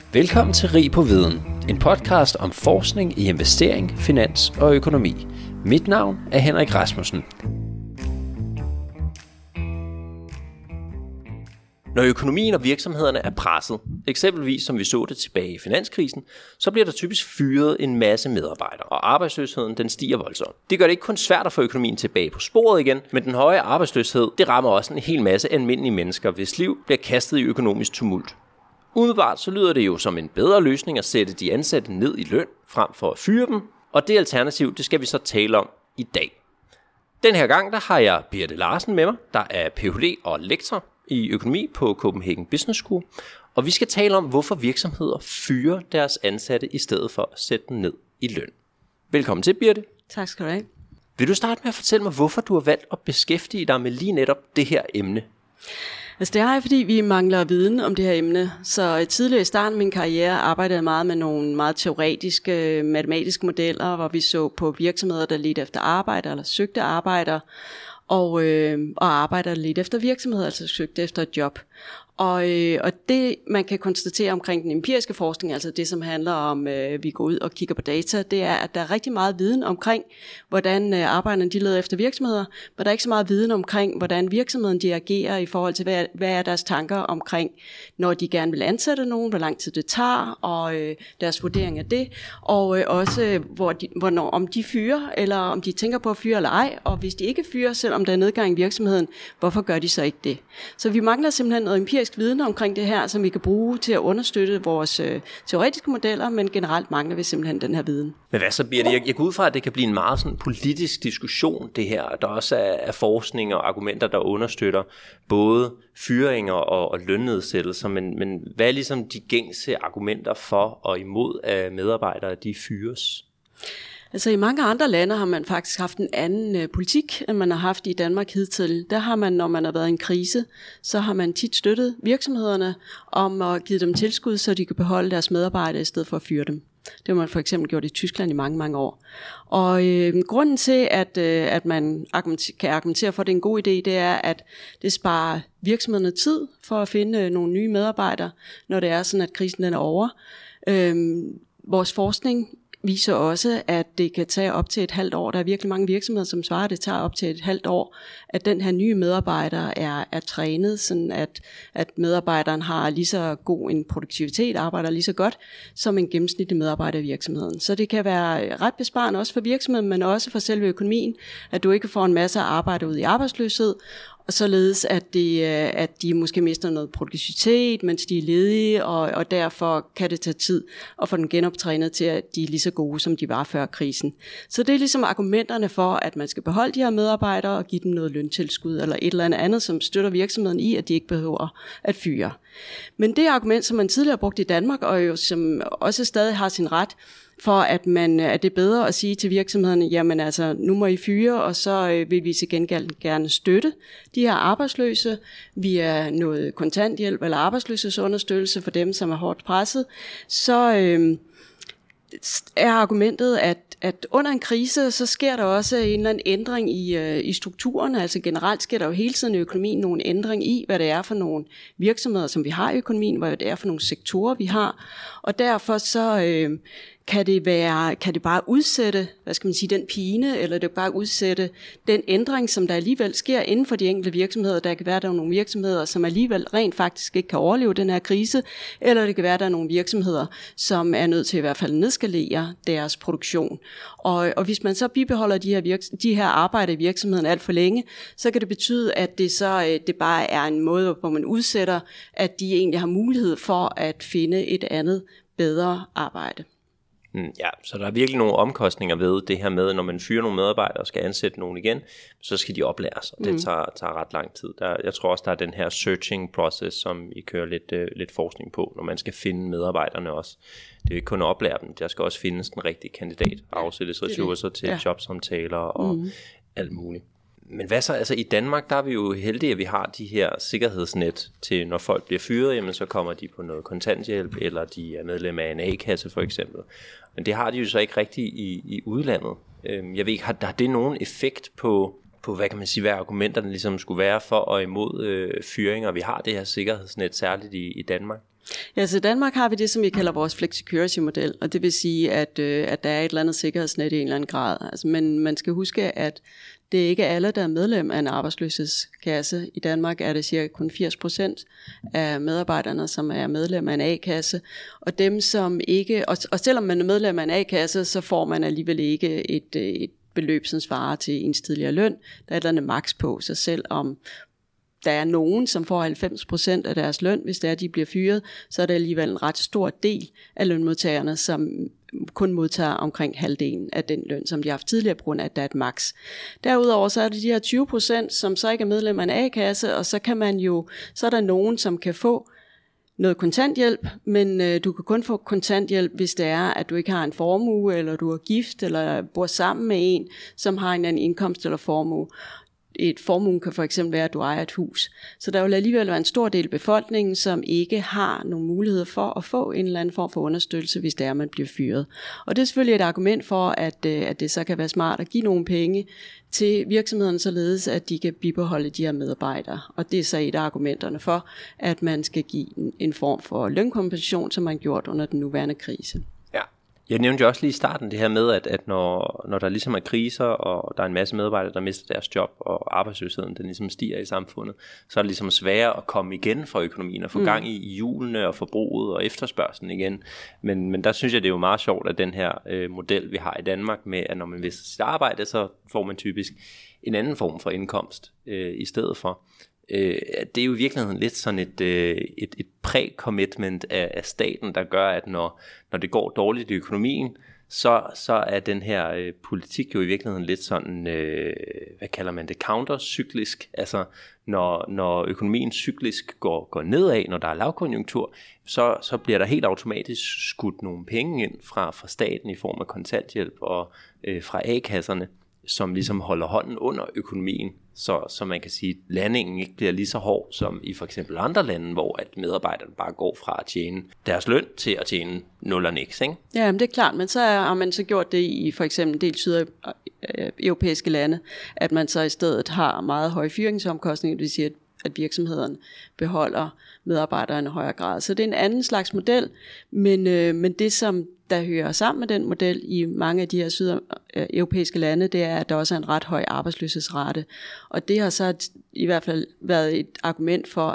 Velkommen til Rig på Viden, en podcast om forskning i investering, finans og økonomi. Mit navn er Henrik Rasmussen. Når økonomien og virksomhederne er presset, eksempelvis som vi så det tilbage i finanskrisen, så bliver der typisk fyret en masse medarbejdere, og arbejdsløsheden den stiger voldsomt. Det gør det ikke kun svært at få økonomien tilbage på sporet igen, men den høje arbejdsløshed, det rammer også en hel masse almindelige mennesker, hvis liv bliver kastet i økonomisk tumult. Umiddelbart så lyder det jo som en bedre løsning at sætte de ansatte ned i løn, frem for at fyre dem, og det alternativ, det skal vi så tale om i dag. Den her gang, der har jeg Birte Larsen med mig, der er Ph.D. og lektor i økonomi på Copenhagen Business School, og vi skal tale om, hvorfor virksomheder fyrer deres ansatte i stedet for at sætte dem ned i løn. Velkommen til, Birte. Tak skal du have. Vil du starte med at fortælle mig, hvorfor du har valgt at beskæftige dig med lige netop det her emne? Altså det har jeg, fordi vi mangler viden om det her emne. Så tidligere i starten af min karriere arbejdede jeg meget med nogle meget teoretiske matematiske modeller, hvor vi så på virksomheder, der ledte efter arbejde eller søgte arbejder, og arbejder lidt efter virksomheder, altså søgte efter et job. Og det, man kan konstatere omkring den empiriske forskning, altså det, som handler om, vi går ud og kigger på data, det er, at der er rigtig meget viden omkring, hvordan arbejderne de leder efter virksomheder, men der er ikke så meget viden omkring, hvordan virksomheden de agerer i forhold til, hvad er deres tanker omkring, når de gerne vil ansætte nogen, hvor lang tid det tager, og deres vurdering af det, og også, hvornår, om de fyrer, eller om de tænker på at fyre eller ej, og hvis de ikke fyrer, selvom der er nedgang i virksomheden, hvorfor gør de så ikke det? Så vi mangler simpelthen noget empirisk viden omkring det her, som vi kan bruge til at understøtte vores teoretiske modeller, men generelt mangler vi simpelthen den her viden. Men hvad så bliver det? Jeg går ud fra, at det kan blive en meget sådan politisk diskussion, det her. Der også er forskning og argumenter, der understøtter både fyringer og lønnedsættelser, men hvad er ligesom de gængse argumenter for og imod, at medarbejdere de fyres? Altså i mange andre lande har man faktisk haft en anden politik, end man har haft i Danmark hidtil. Der har man, når man har været i en krise, så har man tit støttet virksomhederne om at give dem tilskud, så de kan beholde deres medarbejdere i stedet for at fyre dem. Det har man for eksempel gjort i Tyskland i mange, mange år. Og grunden til, at man kan argumentere for, at det er en god idé, det er, at det sparer virksomhederne tid for at finde nogle nye medarbejdere, når det er sådan, at krisen den er over. Vores forskning viser også, at det kan tage op til et halvt år. Der er virkelig mange virksomheder, som svarer, at det tager op til et halvt år, at den her nye medarbejder er trænet, sådan at medarbejderen har lige så god en produktivitet, arbejder lige så godt, som en gennemsnitlig medarbejder i virksomheden. Så det kan være ret besparende også for virksomheden, men også for selve økonomien, at du ikke får en masse arbejde ud i arbejdsløshed, og således at de måske mister noget produktivitet, mens de er ledige, og derfor kan det tage tid at få den genoptrænet til, at de er lige så gode, som de var før krisen. Så det er ligesom argumenterne for, at man skal beholde de her medarbejdere og give dem noget løntilskud, eller et eller andet, som støtter virksomheden i, at de ikke behøver at fyre. Men det argument, som man tidligere har brugt i Danmark, og jo som også stadig har sin ret, for at det er bedre at sige til virksomhederne, jamen altså, nu må I fyre, og så vil vi til gengæld gerne støtte de her arbejdsløse via noget kontanthjælp eller arbejdsløshedsunderstøttelse for dem, som er hårdt presset, så er argumentet, at under en krise, så sker der også en eller anden ændring i strukturerne. Altså generelt sker der jo hele tiden i økonomien nogle ændring i, hvad det er for nogle virksomheder, som vi har i økonomien, hvad det er for nogle sektorer, vi har. Og derfor så kan det bare udsætte, den pine, eller det bare udsætte den ændring, som der alligevel sker inden for de enkelte virksomheder. Der kan være, der er nogle virksomheder, som alligevel rent faktisk ikke kan overleve den her krise, eller det kan være, der er nogle virksomheder, som er nødt til i hvert fald at nedskalere deres produktion. Og hvis man så bibeholder de her arbejder i virksomheden alt for længe, så kan det betyde, at det bare er en måde, hvor man udsætter, at de egentlig har mulighed for at finde et andet, bedre arbejde. Ja, så der er virkelig nogle omkostninger ved det her med, når man fyrer nogle medarbejdere og skal ansætte nogen igen, så skal de oplæres, og det tager ret lang tid. Jeg tror også, der er den her searching process, som I kører lidt forskning på, når man skal finde medarbejderne også. Det er jo ikke kun at oplære dem, der skal også findes den rigtige kandidat, afsættes ressourcer til jobsamtaler og alt muligt. Men hvad så, altså i Danmark, der er vi jo heldige, at vi har de her sikkerhedsnet til, når folk bliver fyret, jamen så kommer de på noget kontanthjælp, eller de er medlem af en A-kasse for eksempel. Men det har de jo så ikke rigtigt i udlandet. Jeg ved ikke, har det nogen effekt på hvad kan man sige, hvad argumenterne ligesom skulle være for og imod fyringer? Vi har det her sikkerhedsnet særligt i Danmark. Ja, så i Danmark har vi det, som vi kalder vores flexicurity-model, og det vil sige, at der er et eller andet sikkerhedsnet i en eller anden grad. Altså, men man skal huske, at det er ikke alle, der er medlem af en arbejdsløshedskasse. I Danmark er det cirka kun 80% af medarbejderne, som er medlem af en A-kasse. Og dem, som ikke, og selvom man er medlem af en A-kasse, så får man alligevel ikke et beløb, som svarer til ens tidligere løn. Der er et eller andet maks på, så selvom der er nogen, som får 90% af deres løn, hvis det er, de bliver fyret, så er det alligevel en ret stor del af lønmodtagerne, som kun modtager omkring halvdelen af den løn, som de har haft tidligere, på grund af, at der er et maks. Derudover så er det de her 20%, som så ikke er medlem af en A-kasse, og så er der nogen, som kan få noget kontanthjælp, men du kan kun få kontanthjælp, hvis det er, at du ikke har en formue, eller du er gift, eller bor sammen med en, som har en anden indkomst eller formue. Et formue kan for eksempel være, at du ejer et hus. Så der vil alligevel være en stor del af befolkningen, som ikke har nogen mulighed for at få en eller anden form for understøttelse, hvis det er, man bliver fyret. Og det er selvfølgelig et argument for, at det så kan være smart at give nogle penge til virksomhederne, således at de kan bibeholde de her medarbejdere. Og det er så et af argumenterne for, at man skal give en form for lønkompensation, som man gjort under den nuværende krise. Jeg nævnte jo også lige i starten det her med, at når der ligesom er kriser, og der er en masse medarbejdere, der mister deres job, og arbejdsløsheden den ligesom stiger i samfundet, så er det ligesom sværere at komme igen fra økonomien, og få gang i hjulene, og forbruget, og efterspørgselen igen. Men der synes jeg, det er jo meget sjovt, at den her model, vi har i Danmark, med at når man mister sit arbejde, så får man typisk en anden form for indkomst i stedet for. Det er jo i virkeligheden lidt sådan et præ-commitment af staten, der gør, at når det går dårligt i økonomien, så er den her politik jo i virkeligheden lidt sådan, hvad kalder man det, countercyklisk. Altså når økonomien cyklisk går nedad, når der er lavkonjunktur, så bliver der helt automatisk skudt nogle penge ind fra staten i form af kontanthjælp og fra A-kasserne, som ligesom holder hånden under økonomien, så man kan sige, at landingen ikke bliver lige så hård som i for eksempel andre lande, hvor at medarbejderne bare går fra at tjene deres løn til at tjene nul og niks, ikke? Ja, men det er klart, men så har man så gjort det i for eksempel en del sydeuropæiske lande, at man så i stedet har meget høje fyringsomkostninger, det vil sige, at virksomheden beholder medarbejderne i højere grad. Så det er en anden slags model, men det som der hører sammen med den model i mange af de her sydeuropæiske lande, det er, at der også er en ret høj arbejdsløshedsrate. Og det har så i hvert fald været et argument for,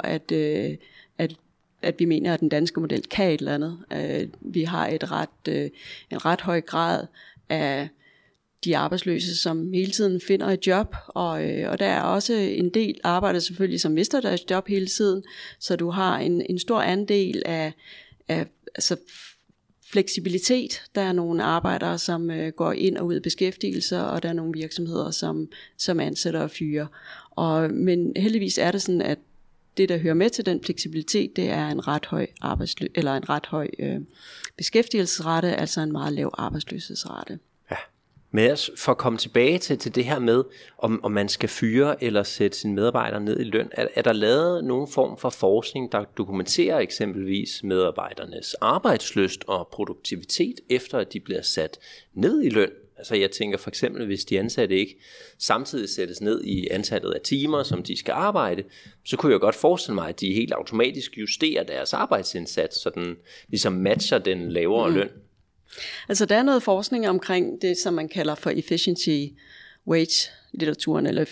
at vi mener, at den danske model kan et eller andet. Vi har en ret høj grad af de arbejdsløse, som hele tiden finder et job, og der er også en del arbejdere selvfølgelig, som mister deres job hele tiden, så du har en stor andel af altså fleksibilitet. Der er nogle arbejdere, som går ind og ud af beskæftigelse, og der er nogle virksomheder, som ansætter og fyrer. Men heldigvis er det sådan, at det, der hører med til den fleksibilitet, det er en ret høj beskæftigelsesrate, altså en meget lav arbejdsløshedsrate. Men for at komme tilbage til det her med, om man skal fyre eller sætte sine medarbejdere ned i løn, er der lavet nogen form for forskning, der dokumenterer eksempelvis medarbejdernes arbejdslyst og produktivitet, efter at de bliver sat ned i løn? Altså jeg tænker for eksempel, hvis de ansatte ikke samtidig sættes ned i antallet af timer, som de skal arbejde, så kunne jeg godt forestille mig, at de helt automatisk justerer deres arbejdsindsats, så den ligesom matcher den lavere løn. Altså der er noget forskning omkring det, som man kalder for efficiency wage-litteraturen, eller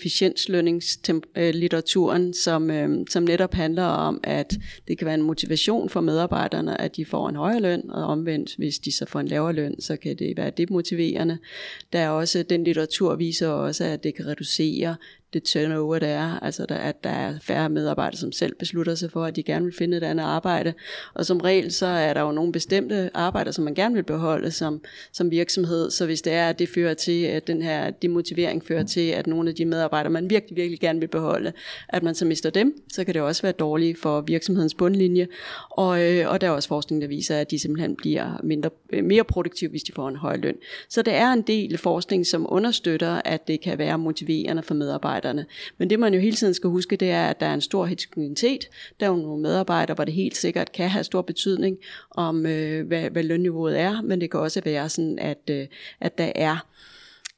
efficienslønningslitteraturen, som netop handler om, at det kan være en motivation for medarbejderne, at de får en højere løn, og omvendt, hvis de så får en lavere løn, så kan det være demotiverende. Der er også, den litteratur viser også, at det kan reducere det turnover, der er, altså at der er færre medarbejdere, som selv beslutter sig for, at de gerne vil finde et andet arbejde. Og som regel, så er der jo nogle bestemte arbejder, som man gerne vil beholde som virksomhed. Så hvis det er, at det fører til, at den her demotivering fører til, at nogle af de medarbejdere, man virkelig, virkelig gerne vil beholde, at man så mister dem, så kan det også være dårligt for virksomhedens bundlinje. Og der er også forskning, der viser, at de simpelthen bliver mere produktive, hvis de får en høj løn. Så der er en del forskning, som understøtter, at det kan være motiverende for medarbejdere. Men det man jo hele tiden skal huske, det er, at der er en stor heterogenitet. Der er jo nogle medarbejdere, hvor det helt sikkert kan have stor betydning om, hvad lønniveauet er, men det kan også være sådan, at der er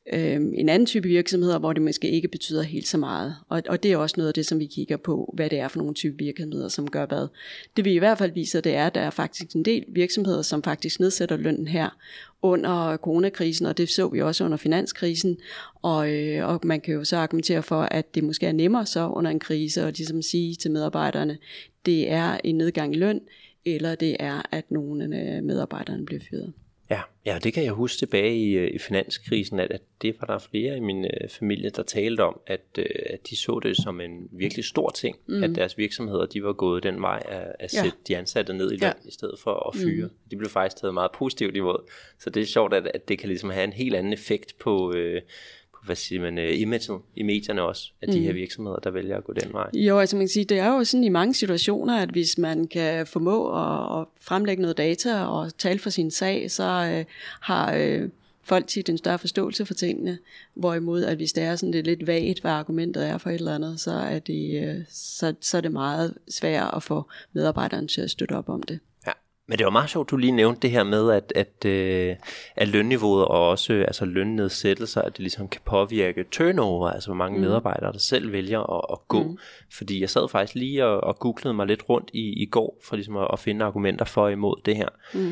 en anden type virksomheder, hvor det måske ikke betyder helt så meget. Og det er også noget af det, som vi kigger på, hvad det er for nogle type virksomheder, som gør hvad. Det vi i hvert fald viser, det er, at der er faktisk en del virksomheder, som faktisk nedsætter lønnen her under coronakrisen, og det så vi også under finanskrisen. Og man kan jo så argumentere for, at det måske er nemmere så under en krise, og ligesom sige til medarbejderne, det er en nedgang i løn, eller det er, at nogle af medarbejderne bliver fyret. Ja, det kan jeg huske tilbage i finanskrisen, at det var der flere i min familie, der talte om, at de så det som en virkelig stor ting, at deres virksomheder, de var gået den vej at sætte de ansatte ned i løn, i stedet for at fyre. De blev faktisk taget meget positivt imod. Så det er sjovt, at det kan ligesom have en helt anden effekt på hvad siger man, imaget i medierne også, af de her virksomheder, der vælger at gå den vej. Jo, altså man kan sige, det er jo sådan i mange situationer, at hvis man kan formå at fremlægge noget data og tale for sin sag, så har folk tit en større forståelse for tingene, hvorimod at hvis det er sådan lidt vagt, hvad argumentet er for et eller andet, så er det meget svært at få medarbejderne til at støtte op om det. Men det var meget sjovt, du lige nævnte det her med, at lønniveauet og også altså lønnedsættelser, at det ligesom kan påvirke turnover, altså hvor mange medarbejdere, der selv vælger at gå. Fordi jeg sad faktisk lige og googlede mig lidt rundt i går, for ligesom at finde argumenter for og imod det her.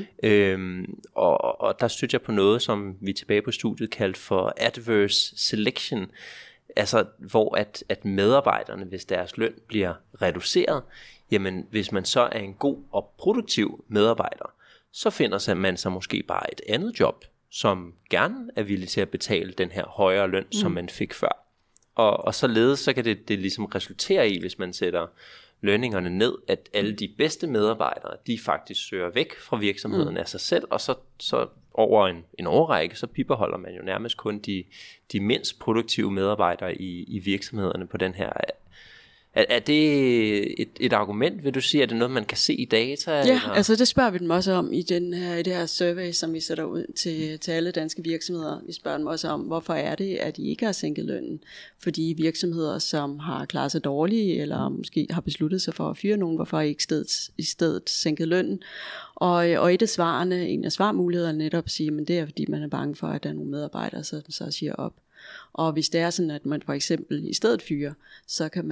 Og der stødte jeg på noget, som vi tilbage på studiet kaldte for adverse selection. Altså hvor at medarbejderne, hvis deres løn bliver reduceret, jamen hvis man så er en god og produktiv medarbejder, så finder man sig måske bare et andet job, som gerne er villig til at betale den her højere løn, som man fik før. Og således så kan det ligesom resultere i, hvis man sætter lønningerne ned, at alle de bedste medarbejdere, de faktisk søger væk fra virksomheden af sig selv, og så over en årrække, så bibeholder man jo nærmest kun de mindst produktive medarbejdere i virksomhederne på den her. Er det et argument, vil du sige? Er det noget, man kan se i data? Ja, eller? Altså det spørger vi dem også om i det her survey, som vi sætter ud til alle danske virksomheder. Vi spørger dem også om, hvorfor er det, at de ikke har sænket lønnen? Fordi virksomheder, som har klaret sig dårligt, eller måske har besluttet sig for at fyre nogen, hvorfor ikke i stedet sænket lønnen? Og en af svarmulighederne netop at sige, men det er fordi man er bange for, at der er nogle medarbejdere, så siger op. Og hvis det er sådan, at man for eksempel i stedet fyrer, så kan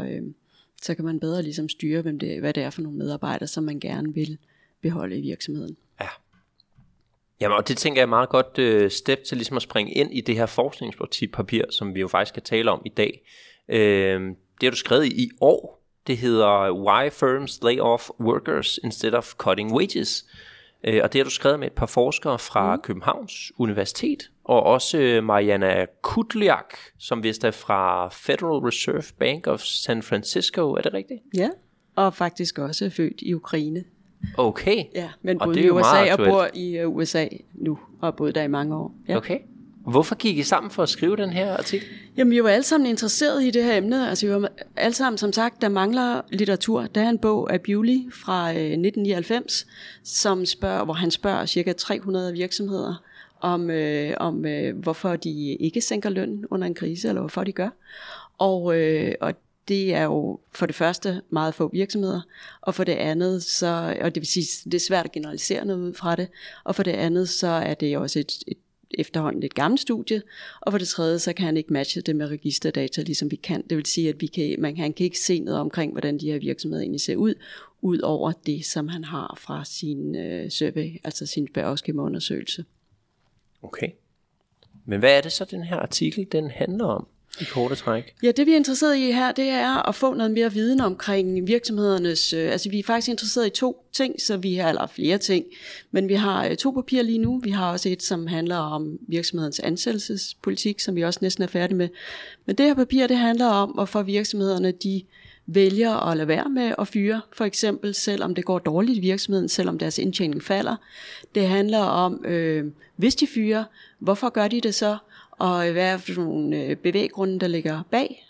man bedre ligesom styre, hvad det er for nogle medarbejdere, som man gerne vil beholde i virksomheden. Ja. Jamen, og det tænker jeg er meget godt step til ligesom at springe ind i det her forskningspapir, som vi jo faktisk kan tale om i dag. Det har du skrevet i år. Det hedder Why Firms Lay Off Workers Instead of Cutting Wages. Og det har du skrevet med et par forskere fra Københavns Universitet, og også Mariana Kudliak, som vist er fra Federal Reserve Bank of San Francisco. Er det rigtigt? Ja, og faktisk også født i Ukraine. Okay. Ja, men boede i USA og bor i USA nu, og boet der i mange år. Ja. Okay. Hvorfor gik I sammen for at skrive den her artikel? Jamen, vi var alle sammen interesserede i det her emne. Altså, vi var alle sammen, som sagt, der mangler litteratur. Der er en bog af Bewley fra 1999, hvor han spørger cirka 300 virksomheder om hvorfor de ikke sænker lønnen under en krise, eller hvorfor de gør. Og det er jo for det første meget få virksomheder, og for det andet og det vil sige, det er svært at generalisere noget ud fra det, og for det andet så er det også et efterhånden et gammelt studie, og for det tredje, så kan han ikke matche det med registerdata, ligesom vi kan. Det vil sige, at han kan ikke se noget omkring, hvordan de her virksomheder egentlig ser ud over det, som han har fra sin survey, altså sin spørgeskemaundersøgelse. Okay. Men hvad er det så, den her artikel, den handler om? I korte træk. Ja, det vi er interesseret i her, det er at få noget mere viden omkring virksomhedernes, altså vi er faktisk interesseret i 2 ting, så vi har, eller flere ting, men vi har 2 papirer lige nu. Vi har også et, som handler om virksomhedens ansættelsespolitik, som vi også næsten er færdige med. Men det her papir, det handler om, hvorfor virksomhederne, de vælger at lade være med at fyre, for eksempel selvom det går dårligt i virksomheden, selvom deres indtjening falder. Det handler om, hvis de fyrer, hvorfor gør de det så? Og hvad er for nogle bevæggrunde, der ligger bag.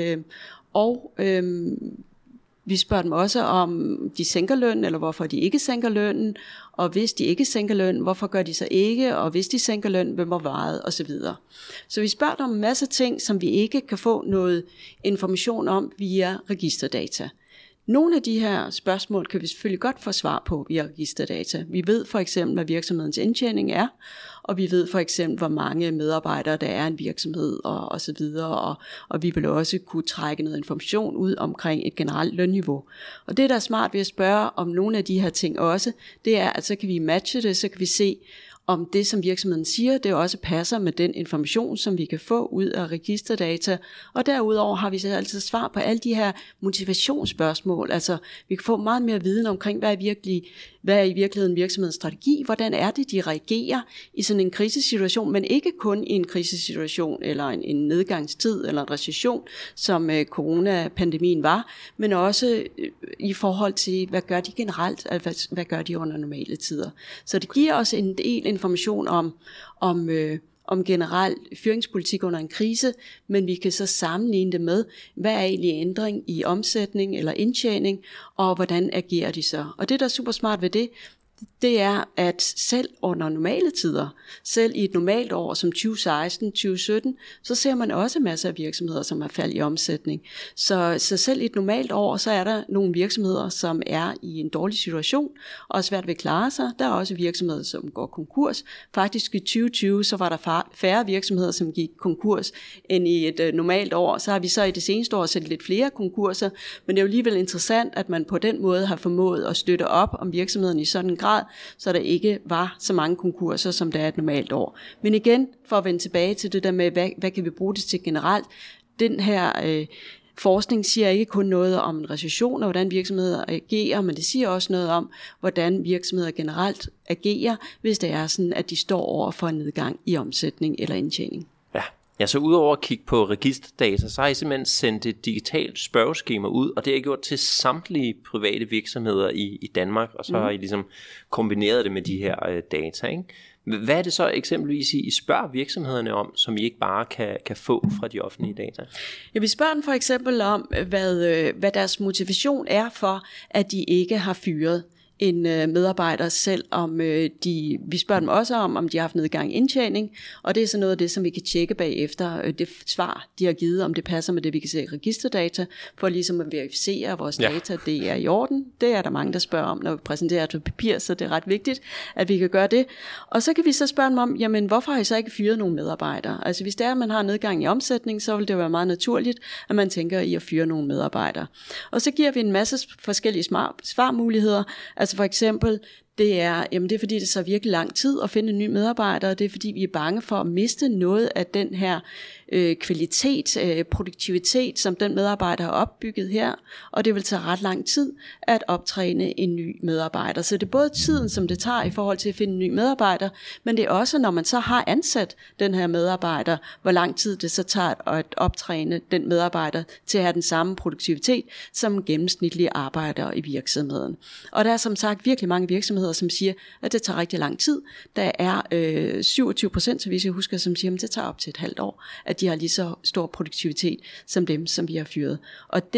Vi spørger dem også, om de sænker lønnen, eller hvorfor de ikke sænker lønnen. Og hvis de ikke sænker lønnen, hvorfor gør de så ikke? Og hvis de sænker lønnen, hvem har vejet? Og så videre. Så vi spørger dem om en masse ting, som vi ikke kan få noget information om via registerdata. Nogle af de her spørgsmål kan vi selvfølgelig godt få svar på via registerdata. Vi ved for eksempel, hvad virksomhedens indtjening er, og vi ved for eksempel, hvor mange medarbejdere der er i en virksomhed og så videre, og vi vil også kunne trække noget information ud omkring et generelt lønniveau. Og det, der er smart ved at spørge om nogle af de her ting også, det er, at så kan vi matche det, så kan vi se, om det, som virksomheden siger, det også passer med den information, som vi kan få ud af registerdata. Og derudover har vi så altid svar på alle de her motivationsspørgsmål. Altså, vi kan få meget mere viden omkring, hvad er i virkeligheden virksomhedens strategi, hvordan er det, de reagerer i sådan en krisesituation, men ikke kun i en krisesituation, eller en nedgangstid, eller en recession, som coronapandemien var, men også i forhold til, hvad gør de generelt, altså, hvad gør de under normale tider. Så det giver os en del information om generel fyringspolitik under en krise, men vi kan så sammenligne det med, hvad er egentlig ændring i omsætning eller indtjening, og hvordan agerer de så. Og det, der er super smart ved det er, at selv under normale tider, selv i et normalt år som 2016-2017, så ser man også masser af virksomheder, som er faldet i omsætning. Så selv i et normalt år, så er der nogle virksomheder, som er i en dårlig situation, og er svært ved at klare sig. Der er også virksomheder, som går konkurs. Faktisk i 2020, så var der færre virksomheder, som gik konkurs, end i et normalt år. Så har vi så i det seneste år set lidt flere konkurser, men det er jo alligevel interessant, at man på den måde har formået at støtte op om virksomheden i sådan en grad, så der ikke var så mange konkurser, som der er et normalt år. Men igen, for at vende tilbage til det der med, hvad kan vi bruge det til generelt, den her forskning siger ikke kun noget om en recession og hvordan virksomheder agerer, men det siger også noget om, hvordan virksomheder generelt agerer, hvis det er sådan, at de står over for en nedgang i omsætning eller indtjening. Ja, så udover at kigge på registerdata, så har I simpelthen sendt et digitalt spørgeskema ud, og det har I gjort til samtlige private virksomheder i Danmark, og så har I ligesom kombineret det med de her data, ikke? Hvad er det så eksempelvis, I spørger virksomhederne om, som I ikke bare kan få fra de offentlige data? Ja, vi spørger dem for eksempel om, hvad deres motivation er for, at de ikke har fyret en medarbejder, selv om vi spørger dem også om de har haft nedgang i indtjening, og det er så noget af det, som vi kan tjekke bagefter det svar, de har givet, om det passer med det, vi kan se i registerdata, for ligesom at verificere, at vores data, det er i orden. Det er der mange, der spørger om, når vi præsenterer det på papir, så det er ret vigtigt, at vi kan gøre det. Og så kan vi så spørge dem om, jamen hvorfor har I så ikke fyret nogle medarbejdere? Altså hvis det er, at man har nedgang i omsætning, så vil det være meget naturligt, at man tænker i at fyre nogle medarbejdere. Og så giver vi en masse forskellige svarmuligheder. Altså for eksempel, det er fordi det så virkelig lang tid at finde en ny medarbejder, og det er fordi vi er bange for at miste noget af den her kvalitet, produktivitet, som den medarbejder har opbygget her, og det vil tage ret lang tid at optræne en ny medarbejder. Så det er både tiden, som det tager i forhold til at finde en ny medarbejder, men det er også, når man så har ansat den her medarbejder, hvor lang tid det så tager at optræne den medarbejder til at have den samme produktivitet, som en gennemsnitlig arbejder i virksomheden. Og der er som sagt virkelig mange virksomheder, som siger, at det tager rigtig lang tid. Der er 27%, så vi skal huske, som siger, at det tager op til et halvt år, at de har lige så stor produktivitet som dem, som vi har fyret. Og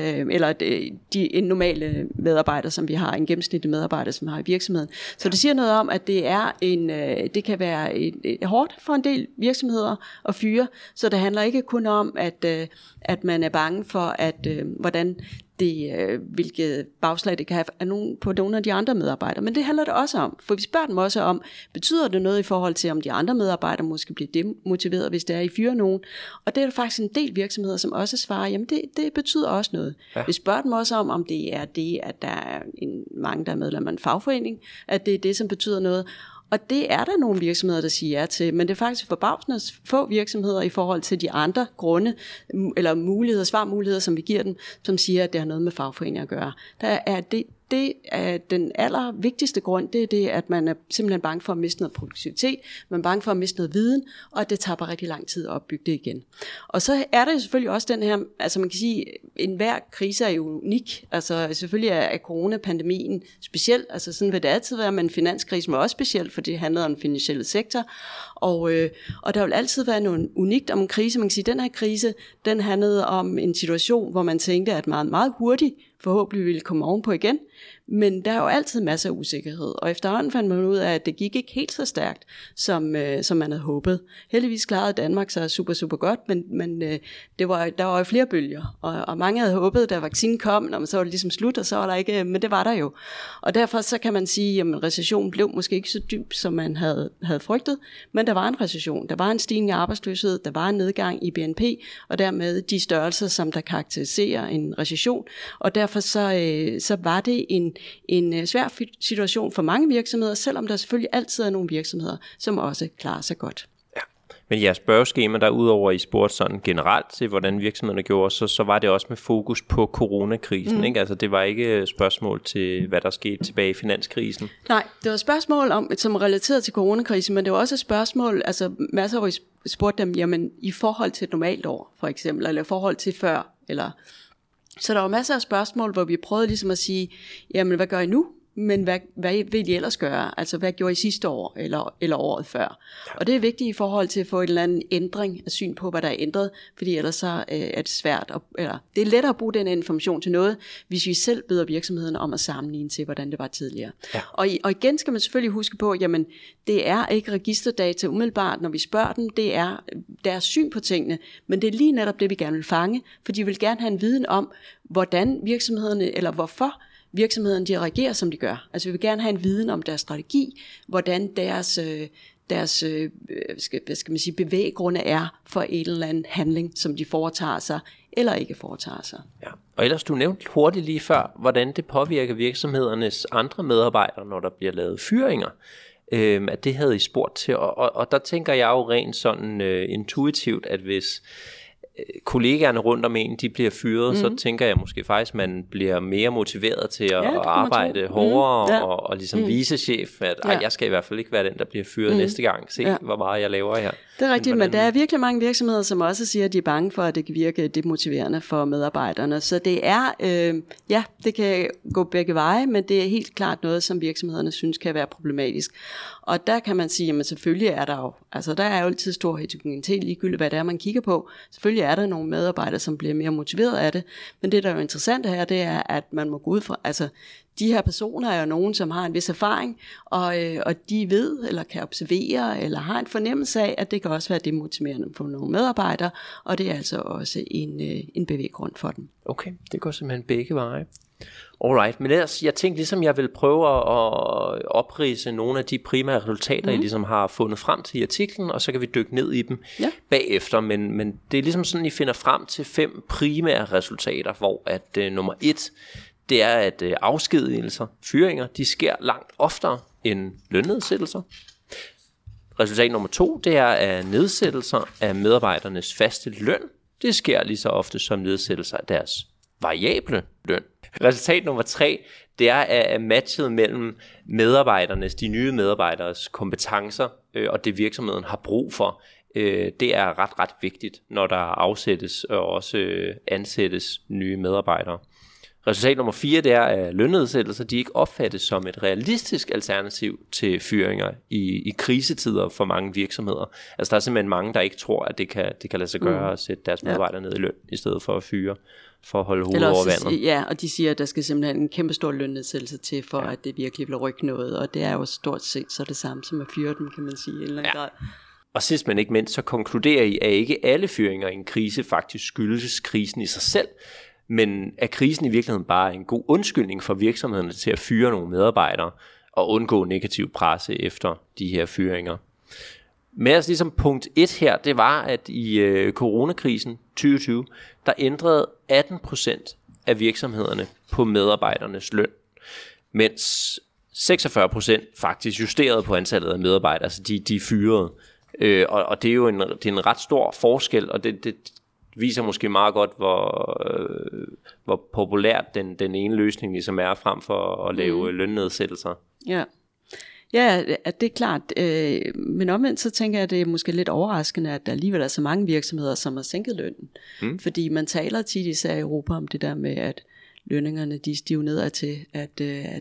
de normale medarbejdere, som vi har, en gennemsnitlig medarbejder, som vi har i virksomheden. Så det siger noget om, at det kan være hårdt for en del virksomheder at fyre, så det handler ikke kun om, at man er bange for, hvordan hvilket bagslag det kan have på nogle af de andre medarbejdere. Men det handler det også om, for vi spørger dem også om, betyder det noget i forhold til, om de andre medarbejdere måske bliver demotiveret, hvis det er, I fyrer nogen? Og det er der faktisk en del virksomheder, som også svarer, jamen det betyder også noget. Ja. Vi spørger dem også om det er det, at der er mange, der er medlem af en fagforening, at det er det, som betyder noget. Og det er der nogle virksomheder, der siger ja til, men det er faktisk forbavsende få virksomheder i forhold til de andre grunde, eller svarmuligheder, som vi giver dem, som siger, at det har noget med fagforeninger at gøre. Der er det er den allervigtigste grund, det er det, at man er simpelthen bange for at miste noget produktivitet, man er bange for at miste noget viden, og at det tager rigtig lang tid at opbygge det igen. Og så er der jo selvfølgelig også den her, altså man kan sige, enhver krise er jo unik, altså selvfølgelig er coronapandemien speciel, altså sådan vil det altid være, men finanskrisen var også speciel, for det handlede om den finansielle sektor, og der vil altid være noget unikt om en krise. Man kan sige, at den her krise, den handlede om en situation, hvor man tænkte, at meget, meget hurtigt forhåbentlig ville komme ovenpå igen, Men der er jo altid masser af usikkerhed, og efterhånden fandt man ud af, at det gik ikke helt så stærkt, som man havde håbet. Heldigvis klarede Danmark sig super, super godt, men der var jo flere bølger, og mange havde håbet, da vaccinen kom, så var det ligesom slut, og så var der ikke, men det var der jo. Og derfor så kan man sige, at recessionen blev måske ikke så dyb, som man havde frygtet, men der var en recession, der var en stigning i arbejdsløshed, der var en nedgang i BNP, og dermed de størrelser, som der karakteriserer en recession, og derfor så var det en svær situation for mange virksomheder, selvom der selvfølgelig altid er nogle virksomheder, som også klarer sig godt. Ja. Men jeres spørgeskema, der udover I spurgte sådan generelt til, hvordan virksomhederne gjorde, så var det også med fokus på coronakrisen, ikke? Altså det var ikke spørgsmål til, hvad der skete tilbage i finanskrisen. Nej, det var spørgsmål om, som relateret til coronakrisen, men det var også et spørgsmål, altså masser, hvor I spurgte dem, jamen i forhold til et normalt år, for eksempel, eller i forhold til før, eller... Så der var masser af spørgsmål, hvor vi prøvede ligesom at sige, jamen hvad gør I nu? Men hvad vil I ellers gøre? Altså hvad gjorde I sidste år eller året før? Og det er vigtigt i forhold til at få en eller anden ændring af syn på, hvad der er ændret, fordi ellers så er det svært, eller det er lettere at bruge den information til noget, hvis vi selv beder virksomheden om at sammenligne til, hvordan det var tidligere. Ja. Og igen skal man selvfølgelig huske på, jamen det er ikke registerdata umiddelbart, når vi spørger dem, det er deres syn på tingene, men det er lige netop det, vi gerne vil fange, for de vil gerne have en viden om, hvordan virksomhederne, eller hvorfor virksomheden de reagerer, som de gør. Altså vi vil gerne have en viden om deres strategi, hvordan deres bevæggrunde er for en eller anden handling, som de foretager sig, eller ikke foretager sig. Ja. Og ellers du nævnte hurtigt lige før, hvordan det påvirker virksomhedernes andre medarbejdere, når der bliver lavet fyringer. At det havde I spurgt til, og der tænker jeg jo rent sådan intuitivt, at hvis kollegaerne rundt om en, de bliver fyret, så tænker jeg måske faktisk, man bliver mere motiveret til at arbejde hårdere og ligesom vicechef, at jeg skal i hvert fald ikke være den, der bliver fyret næste gang. Se, hvor meget jeg laver her. Det er rigtigt, men der er virkelig mange virksomheder, som også siger, at de er bange for, at det kan virke demotiverende for medarbejderne. Så det er, det kan gå begge veje, men det er helt klart noget, som virksomhederne synes kan være problematisk. Og der kan man sige, at selvfølgelig er der jo, altså der er jo altid stor heterogenitet, ligegyldigt hvad det er, man kigger på. Selvfølgelig er der nogle medarbejdere, som bliver mere motiveret af det, men det, der er jo interessant her, det er, at man må gå ud fra, altså de her personer er jo nogen, som har en vis erfaring, og de ved, eller kan observere, eller har en fornemmelse af, at det kan også være demotiverende for nogle medarbejdere, og det er altså også en bevæggrund for dem. Okay, det går simpelthen begge veje. Alright, men ellers, jeg tænkte ligesom, jeg vil prøve at opridse nogle af de primære resultater, I ligesom har fundet frem til i artiklen, og så kan vi dykke ned i dem bagefter, men det er ligesom sådan, I finder frem til 5 primære resultater, hvor at nummer 1, det er, at afskedigelser, fyringer, de sker langt oftere end lønnedsættelser. Resultat nummer 2, det er, at nedsættelser af medarbejdernes faste løn, det sker lige så ofte som nedsættelser af deres variable løn. Resultat nummer 3, det er, at matchet mellem de nye medarbejderes kompetencer og det virksomheden har brug for, det er ret vigtigt, når der afsættes og også ansættes nye medarbejdere. Resultat nummer 4, det er, at lønnedsættelser de ikke opfattes som et realistisk alternativ til fyringer i krisetider for mange virksomheder. Altså der er simpelthen mange, der ikke tror, at det kan lade sig gøre at sætte deres medarbejdere ned i løn, i stedet for at fyre, for at holde hovedet over vandet. Ja, og de siger, at der skal simpelthen en kæmpe stor lønnedsættelse til, for at det virkelig vil rykke noget, og det er jo stort set så det samme som at fyre dem, kan man sige, i en eller anden grad. Og sidst men ikke mindst, så konkluderer I, at ikke alle fyringer i en krise faktisk skyldes krisen i sig selv, men at krisen i virkeligheden bare er en god undskyldning for virksomhederne til at fyre nogle medarbejdere og undgå negativ presse efter de her fyringer. Men altså ligesom punkt 1 her, det var, at i coronakrisen 2020, der ændrede 18% af virksomhederne på medarbejdernes løn, mens 46% faktisk justerede på antallet af medarbejdere, altså de fyrede. Og det er jo en ret stor forskel, og det viser måske meget godt, hvor populært den ene løsning ligesom er, frem for at lave lønnedsættelser. Ja, det er klart. Men omvendt så tænker jeg, at det er måske lidt overraskende, at der alligevel er så mange virksomheder, som har sænket lønnen. Fordi man taler tit især i Europa om det der med, at lønningerne de stiver nedad til, at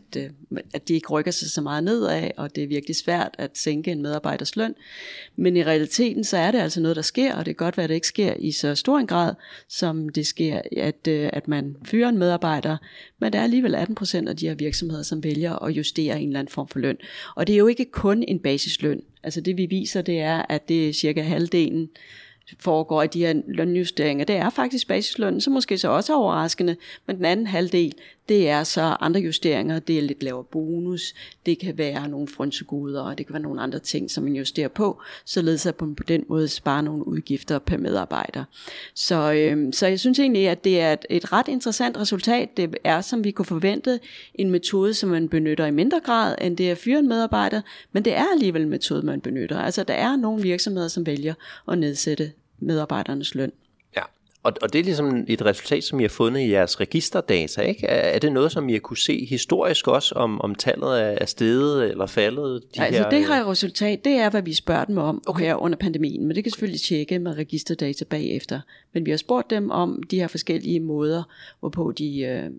de ikke rykker sig så meget nedad, og det er virkelig svært at sænke en medarbejders løn. Men i realiteten så er det altså noget, der sker, og det kan godt være, at det ikke sker i så stor en grad, som det sker, at man fyrer en medarbejder, men der er alligevel 18% af de her virksomheder, som vælger at justere en eller anden form for løn. Og det er jo ikke kun en basisløn. Altså det vi viser, det er, at det er cirka halvdelen foregår i de her lønjusteringer. Det er faktisk basislønnen, så måske så også overraskende, men den anden halvdel, det er så andre justeringer, det er lidt lavere bonus, det kan være nogle frynsegoder, og det kan være nogle andre ting, som man justerer på, således at på den måde sparer nogle udgifter per medarbejder. Så jeg synes egentlig, at det er et ret interessant resultat. Det er, som vi kunne forvente, en metode, som man benytter i mindre grad, end det at fyre en medarbejder, men det er alligevel en metode, man benytter. Altså, der er nogle virksomheder, som vælger at nedsætte medarbejdernes løn. Ja, og det er ligesom et resultat, som I har fundet i jeres registerdata, ikke? Er det noget, som I har kunne se historisk også, om tallet er steget eller faldet? Det her resultat, det er, hvad vi spørger dem om her under pandemien, men det kan selvfølgelig tjekke med registerdata bagefter. Men vi har spurgt dem om de her forskellige måder, hvorpå de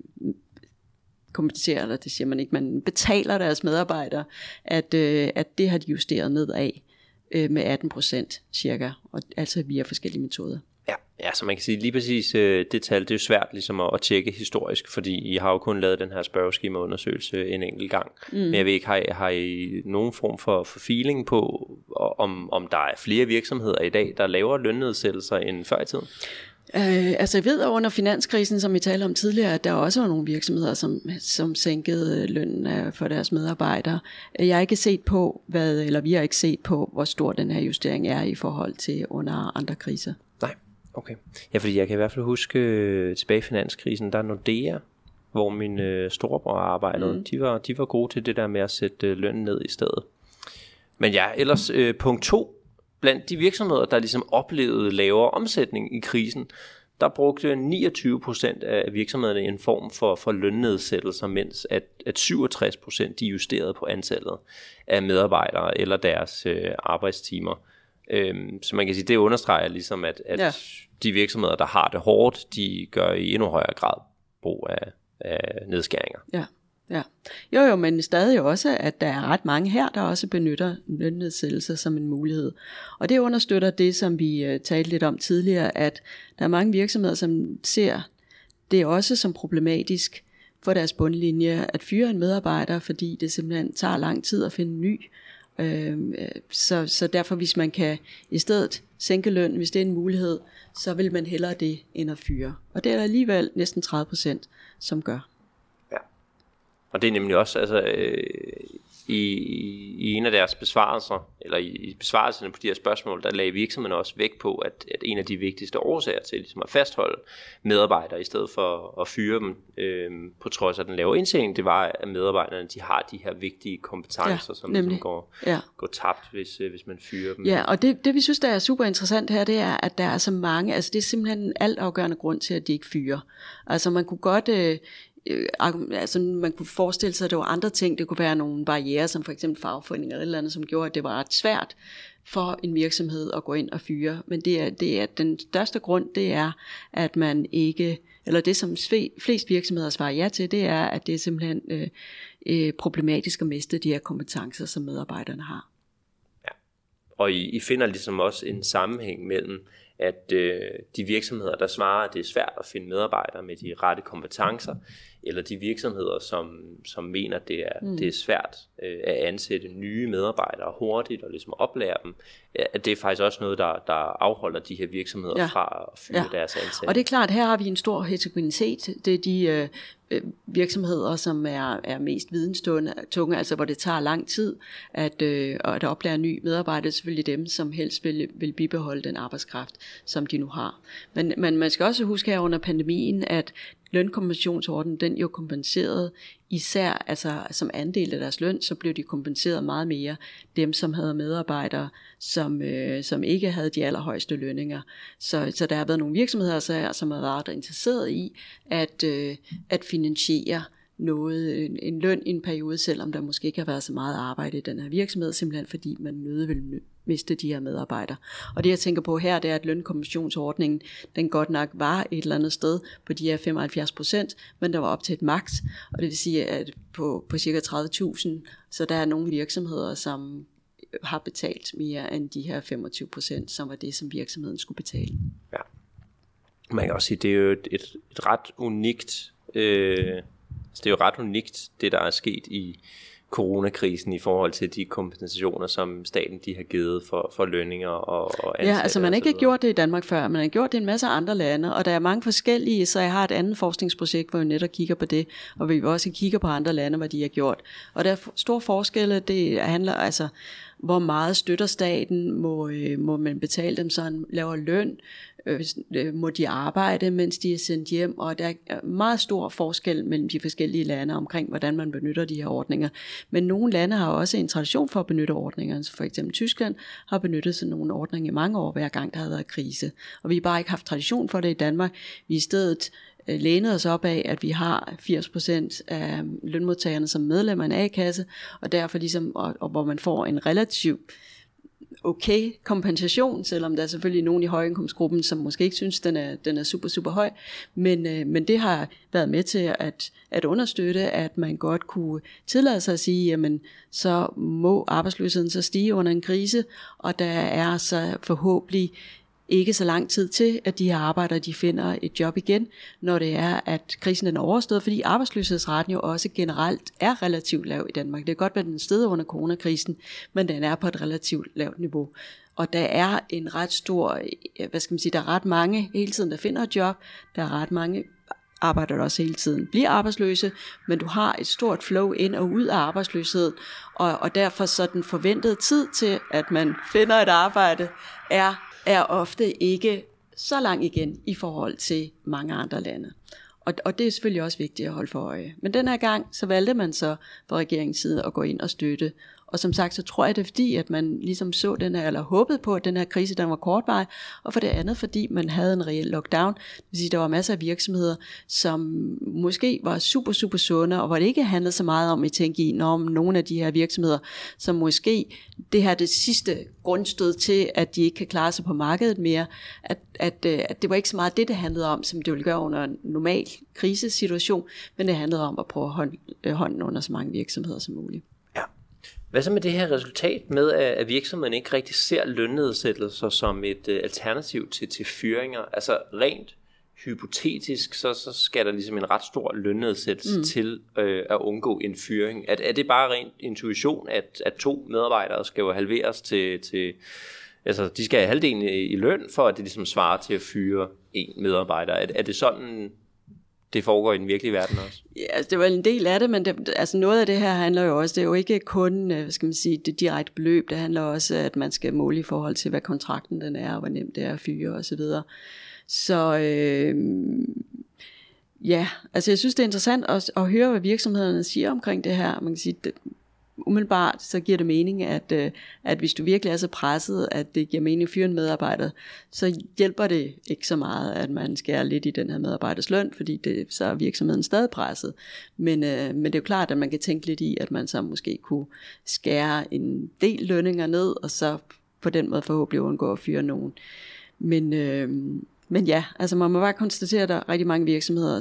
kompenserer, eller det siger man ikke, man betaler deres medarbejdere, at det har de justeret nedad med 18% cirka, og altså via forskellige metoder. Ja, så man kan sige lige præcis det tal, det er jo svært ligesom at tjekke historisk, fordi I har jo kun lavet den her spørgeskemaundersøgelse en enkelt gang. Men jeg ved ikke, har I nogen form for feeling på, om der er flere virksomheder i dag, der laver lønnedsættelser end før i tiden? Altså jeg ved under finanskrisen, som vi talte om tidligere, at der også var nogle virksomheder, som sænkede lønnen for deres medarbejdere. Jeg har ikke set på, vi har ikke set på, hvor stor den her justering er i forhold til under andre kriser. Nej, okay. Ja, fordi jeg kan i hvert fald huske tilbage i finanskrisen, der er Nordea, hvor min storebror arbejdede. De var gode til det der med at sætte lønnen ned i stedet. Men ja, ellers punkt 2. Blandt de virksomheder, der ligesom oplevede lavere omsætning i krisen, der brugte 29% af virksomhederne en form for lønnedsættelser, mens at 67% de justerede på antallet af medarbejdere eller deres arbejdstimer. Så man kan sige, det understreger ligesom, at de virksomheder, der har det hårdt, de gør i endnu højere grad brug af nedskæringer. Ja. Ja. Jo, men stadig også, at der er ret mange her, der også benytter lønnedsættelser som en mulighed. Og det understøtter det, som vi talte lidt om tidligere, at der er mange virksomheder, som ser det også som problematisk for deres bundlinje at fyre en medarbejder, fordi det simpelthen tager lang tid at finde en ny. Så derfor, hvis man kan i stedet sænke lønnen, hvis det er en mulighed, så vil man hellere det end at fyre. Og det er der alligevel næsten 30%, som gør. Og det er nemlig også, altså i en af deres besvarelser, eller i besvarelserne på de her spørgsmål, der lagde virksomhederne også vægt på, at en af de vigtigste årsager til ligesom at fastholde medarbejdere i stedet for at fyre dem på trods af den lave indtjening, det var, at medarbejderne de har de her vigtige kompetencer, som ligesom går tabt, hvis man fyrer dem. Ja, og det vi synes, der er super interessant her, det er, at der er så mange, altså det er simpelthen en altafgørende grund til, at de ikke fyrer. Altså man kunne godt altså man kunne forestille sig, at der var andre ting. Det kunne være nogle barrierer, som for eksempel fagforeninger eller andet, som gjorde, at det var ret svært for en virksomhed at gå ind og fyre. Men det er den største grund, det er, at man ikke, eller det som flest virksomheder svarer ja til, det er, at det er simpelthen problematisk at miste de her kompetencer, som medarbejderne har. Ja. Og I finder ligesom også en sammenhæng mellem at de virksomheder, der svarer, at det er svært at finde medarbejdere med de rette kompetencer, eller de virksomheder, som mener, at det er svært at ansætte nye medarbejdere hurtigt og ligesom oplære dem, at det er faktisk også noget, der afholder de her virksomheder fra at fyre deres ansatte. Og det er klart, her har vi en stor heterogenitet. Det er de virksomheder, som er mest videnstunge, altså hvor det tager lang tid at oplære ny medarbejder, selvfølgelig dem, som helst vil bibeholde den arbejdskraft, som de nu har. Men man skal også huske her under pandemien, at lønkompensationsordenen, den jo kompenseret især, altså som andel af deres løn, så blev de kompenseret meget mere dem, som havde medarbejdere, som ikke havde de allerhøjeste lønninger. Så der har været nogle virksomheder, som har været interesseret i at finansiere en løn i en periode, selvom der måske ikke har været så meget arbejde i den her virksomhed, simpelthen fordi man nødig vil miste de her medarbejdere. Og det jeg tænker på her, det er, at lønkompensationsordningen, den godt nok var et eller andet sted på de her 75%, men der var op til et maks, og det vil sige, at på cirka 30.000, så der er nogle virksomheder, som har betalt mere end de her 25%, som var det, som virksomheden skulle betale. Ja. Man kan også sige, det er jo et ret unikt, det er jo ret unikt, det der er sket i coronakrisen i forhold til de kompensationer, som staten de har givet for lønninger og ansatte. Ja, altså man har ikke gjort det i Danmark før, man har gjort det i en masse andre lande, og der er mange forskellige, så jeg har et andet forskningsprojekt, hvor vi netop kigger på det, og vi også kigger på andre lande, hvad de har gjort. Og der er store forskelle, det handler altså, hvor meget støtter staten, må man betale dem, så han laver løn, må de arbejde, mens de er sendt hjem, og der er meget stor forskel mellem de forskellige lande omkring, hvordan man benytter de her ordninger. Men nogle lande har også en tradition for at benytte ordningerne, så for eksempel Tyskland har benyttet sådan nogle ordninger i mange år, hver gang der har været krise. Og vi har bare ikke haft tradition for det i Danmark. Vi i stedet lænet os op af, at vi har 80% af lønmodtagerne som medlemmer af en A-kasse, og derfor ligesom, og hvor man får en relativ okay kompensation, selvom der er selvfølgelig nogen i højindkomstgruppen, som måske ikke synes, den er super, super høj, men det har været med til at understøtte, at man godt kunne tillade sig at sige, jamen, så må arbejdsløsheden så stige under en krise, og der er så forhåbentlig ikke så lang tid til, at de her arbejdere, de finder et job igen, når det er, at krisen er overstået, fordi arbejdsløshedsraten jo også generelt er relativt lav i Danmark. Det kan godt være, den steget under coronakrisen, men den er på et relativt lavt niveau. Og der er en ret stor, der er ret mange hele tiden, der finder et job, der er ret mange arbejder der også hele tiden bliver arbejdsløse, men du har et stort flow ind og ud af arbejdsløshed, og derfor så den forventede tid til, at man finder et arbejde, er ofte ikke så lang igen i forhold til mange andre lande. Og det er selvfølgelig også vigtigt at holde for øje. Men den her gang, så valgte man så fra regeringens side at gå ind og støtte. Og som sagt, så tror jeg det er fordi, at man ligesom så den her, eller håbede på, at den her krise, den var kortvarig. Og for det andet, fordi man havde en reel lockdown. Det vil sige, der var masser af virksomheder, som måske var super, super sunde, og hvor det ikke handlede så meget om at tænke i, når nogle af de her virksomheder, som måske det her det sidste grundstød til, at de ikke kan klare sig på markedet mere, at det var ikke så meget det handlede om, som det ville gøre under en normal krisesituation, men det handlede om at prøve at holde hånden under så mange virksomheder som muligt. Hvad så med det her resultat med, at virksomheden ikke rigtig ser lønnedsættelser som et alternativ til fyringer? Altså rent hypotetisk, så skal der ligesom en ret stor lønnedsættelse til at undgå en fyring. Er det bare rent intuition, at 2 medarbejdere skal jo halveres til altså de skal have halvdelen i løn, for at det ligesom svarer til at fyre en medarbejder? Er det sådan det foregår i den virkelige verden også? Ja, altså det var en del af det, men noget af det her handler jo også, det er jo ikke kun, det direkte beløb, det handler også, at man skal måle i forhold til, hvad kontrakten den er, og hvor nemt det er at fyre og så videre. Så altså jeg synes, det er interessant at høre, hvad virksomhederne siger omkring det her. Man kan sige, umiddelbart så giver det mening, at hvis du virkelig er så presset, at det giver mening at fyre en medarbejder, så hjælper det ikke så meget, at man skærer lidt i den her medarbejders løn, fordi så er virksomheden stadig presset. Men det er jo klart, at man kan tænke lidt i, at man så måske kunne skære en del lønninger ned, og så på den måde forhåbentlig undgå at fyre nogen. Men ja, altså man må bare konstatere, at der er rigtig mange virksomheder,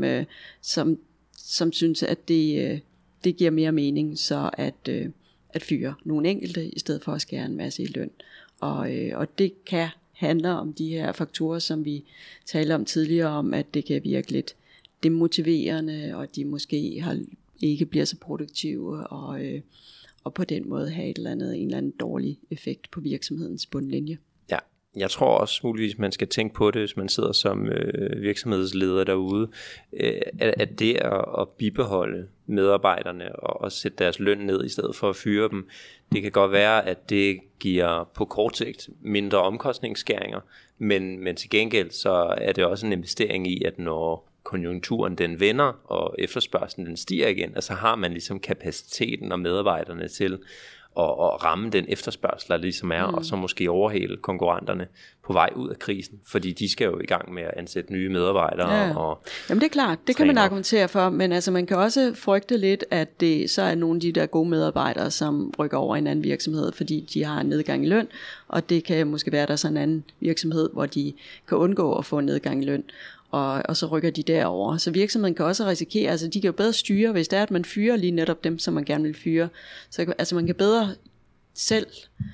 som synes, at det giver mere mening så at fyre nogle enkelte, i stedet for at skære en masse i løn. Og det kan handle om de her faktorer, som vi talte om tidligere, om at det kan virke lidt demotiverende, og de måske ikke bliver så produktive, og på den måde have en eller anden dårlig effekt på virksomhedens bundlinje. Ja, jeg tror også muligvis, man skal tænke på det, hvis man sidder som virksomhedsleder derude, at det at bibeholde medarbejderne og sætte deres løn ned i stedet for at fyre dem, det kan godt være, at det giver på kort sigt mindre omkostningsskæringer, men til gengæld så er det også en investering i, at når konjunkturen den vender, og efterspørgslen den stiger igen, altså har man ligesom kapaciteten og medarbejderne til at ramme den efterspørgsel, der ligesom er, og så måske overhale konkurrenterne på vej ud af krisen, fordi de skal jo i gang med at ansætte nye medarbejdere. Ja. Og jamen det er klart, det kan man argumentere for, men altså man kan også frygte lidt, at det så er nogle af de der gode medarbejdere, som rykker over i en anden virksomhed, fordi de har en nedgang i løn, og det kan måske være, der er sådan en anden virksomhed, hvor de kan undgå at få en nedgang i løn. Og så rykker de derover. Så virksomheden kan også risikere, altså de kan jo bedre styre, hvis det er, at man fyrer lige netop dem, som man gerne vil fyre. Så altså man kan bedre selv